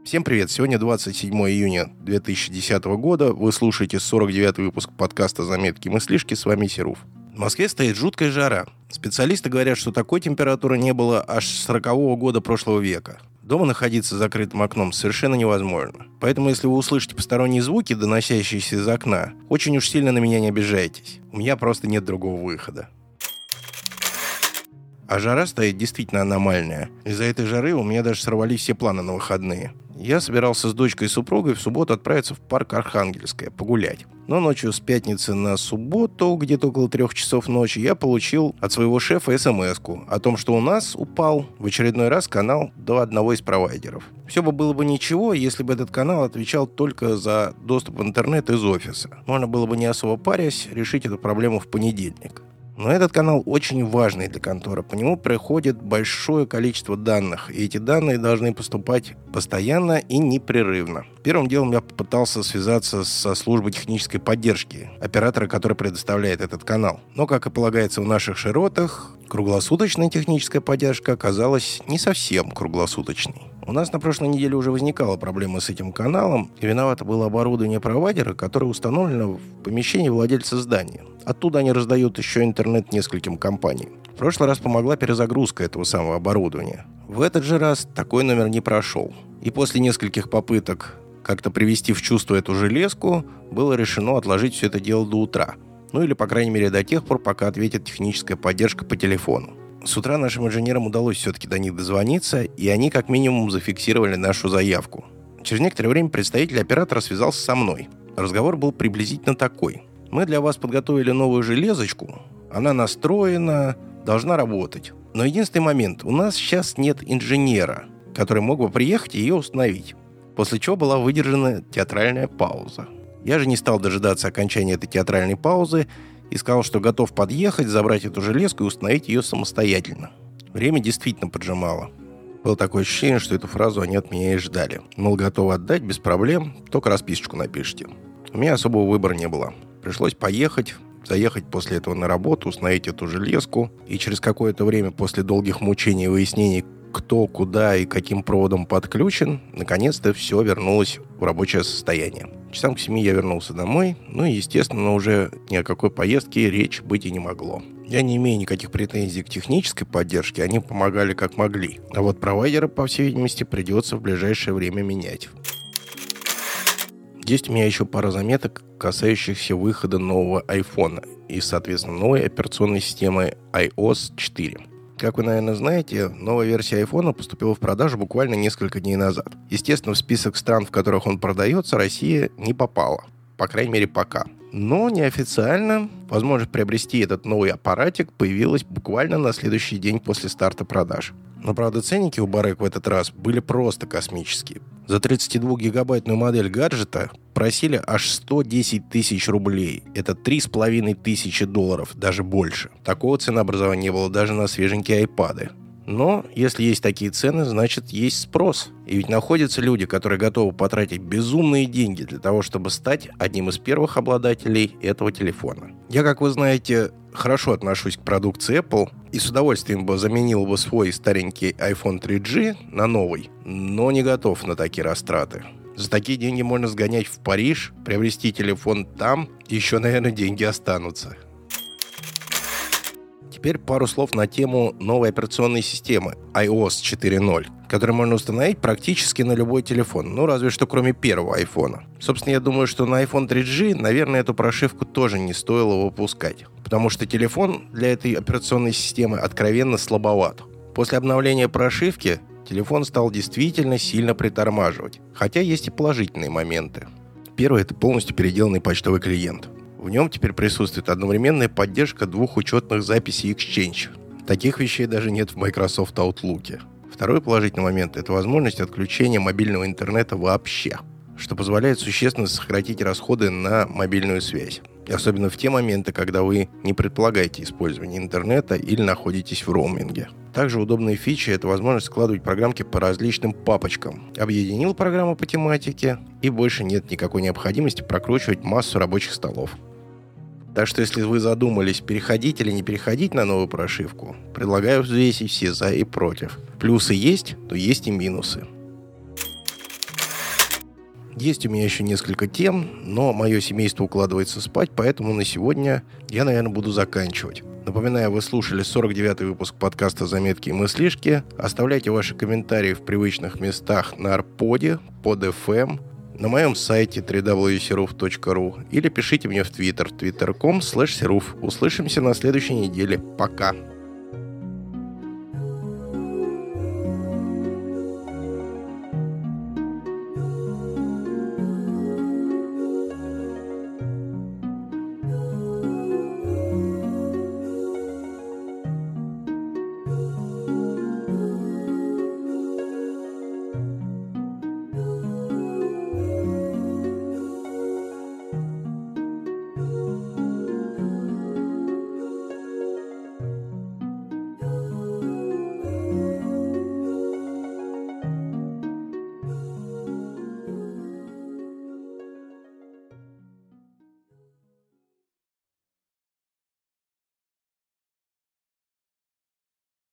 Всем привет! Сегодня 27 июня 2010 года. Вы слушаете 49-й выпуск подкаста «Заметки и мыслишки». С вами Серов. В Москве стоит жуткая жара. Специалисты говорят, что такой температуры не было аж с 40-го года прошлого века. Дома находиться с закрытым окном совершенно невозможно. Поэтому, если вы услышите посторонние звуки, доносящиеся из окна, очень уж сильно на меня не обижайтесь. У меня просто нет другого выхода. А жара стоит действительно аномальная. Из-за этой жары у меня даже сорвались все планы на выходные. Я собирался с дочкой и супругой в субботу отправиться в парк Архангельское погулять. Но ночью с пятницы на субботу, где-то около 3 часов ночи, я получил от своего шефа смс-ку о том, что у нас упал в очередной раз канал до одного из провайдеров. Все бы было бы ничего, если бы этот канал отвечал только за доступ в интернет из офиса. Можно было бы, не особо парясь, решить эту проблему в понедельник. Но этот канал очень важный для конторы. По нему приходит большое количество данных, и эти данные должны поступать постоянно и непрерывно. Первым делом я попытался связаться со службой технической поддержки оператора, который предоставляет этот канал. Но, как и полагается в наших широтах, круглосуточная техническая поддержка оказалась не совсем круглосуточной. У нас на прошлой неделе уже возникала проблема с этим каналом, и виновато было оборудование провайдера, которое установлено в помещении владельца здания. Оттуда они раздают еще интернет нескольким компаниям. В прошлый раз помогла перезагрузка этого самого оборудования. В этот же раз такой номер не прошел. И после нескольких попыток как-то привести в чувство эту железку, было решено отложить все это дело до утра. Ну или, по крайней мере, до тех пор, пока ответит техническая поддержка по телефону. С утра нашим инженерам удалось все-таки до них дозвониться, и они как минимум зафиксировали нашу заявку. Через некоторое время представитель оператора связался со мной. Разговор был приблизительно такой. Мы для вас подготовили новую железочку, она настроена, должна работать. Но единственный момент, у нас сейчас нет инженера, который мог бы приехать и ее установить. После чего была выдержана театральная пауза. Я же не стал дожидаться окончания этой театральной паузы и сказал, что готов подъехать, забрать эту железку и установить ее самостоятельно. Время действительно поджимало. Было такое ощущение, что эту фразу они от меня и ждали. Мол, готовы отдать без проблем, только расписочку напишите. У меня особого выбора не было. Пришлось поехать, заехать после этого на работу, установить эту железку. И через какое-то время после долгих мучений и выяснений, кто, куда и каким проводом подключен, наконец-то все вернулось в рабочее состояние. Часам к 7 я вернулся домой, ну и, естественно, уже ни о какой поездке речь быть и не могло. Я не имею никаких претензий к технической поддержке, они помогали как могли. А вот провайдера, по всей видимости, придется в ближайшее время менять. Есть у меня еще пара заметок, касающихся выхода нового айфона и, соответственно, новой операционной системы iOS 4. Как вы, наверное, знаете, новая версия iPhone поступила в продажу буквально несколько дней назад. Естественно, в список стран, в которых он продается, Россия не попала. По крайней мере, пока. Но неофициально возможность приобрести этот новый аппаратик появилась буквально на следующий день после старта продаж. Но, правда, ценники у барыг в этот раз были просто космические. За 32-гигабайтную модель гаджета просили аж 110 тысяч рублей. Это 3500 долларов, даже больше. Такого ценообразования не было даже на свеженькие айпады. Но если есть такие цены, значит есть спрос. И ведь находятся люди, которые готовы потратить безумные деньги для того, чтобы стать одним из первых обладателей этого телефона. Я, как вы знаете, хорошо отношусь к продукции Apple и с удовольствием бы заменил бы свой старенький iPhone 3G на новый, но не готов на такие растраты. За такие деньги можно сгонять в Париж, приобрести телефон там, еще, наверное, деньги останутся. Теперь пару слов на тему новой операционной системы iOS 4.0, которую можно установить практически на любой телефон, ну разве что кроме первого айфона. Собственно, я думаю, что на iPhone 3G, наверное, эту прошивку тоже не стоило выпускать, потому что телефон для этой операционной системы откровенно слабоват. После обновления прошивки телефон стал действительно сильно притормаживать, хотя есть и положительные моменты. Первый – это полностью переделанный почтовый клиент. В нем теперь присутствует одновременная поддержка 2 учетных записей Exchange. Таких вещей даже нет в Microsoft Outlook. Второй положительный момент – это возможность отключения мобильного интернета вообще, что позволяет существенно сократить расходы на мобильную связь. И особенно в те моменты, когда вы не предполагаете использование интернета или находитесь в роуминге. Также удобная фича – это возможность складывать программки по различным папочкам. Объединил программу по тематике, и больше нет никакой необходимости прокручивать массу рабочих столов. Так что, если вы задумались, переходить или не переходить на новую прошивку, предлагаю взвесить все за и против. Плюсы есть, то есть и минусы. Есть у меня еще несколько тем, но мое семейство укладывается спать, поэтому на сегодня я, наверное, буду заканчивать. Напоминаю, вы слушали 49-й выпуск подкаста «Заметки и мыслишки». Оставляйте ваши комментарии в привычных местах на Арподе, под FM, на моем сайте www.seruf.ru или пишите мне в Twitter, twitter.com/seruf. Услышимся на следующей неделе. Пока!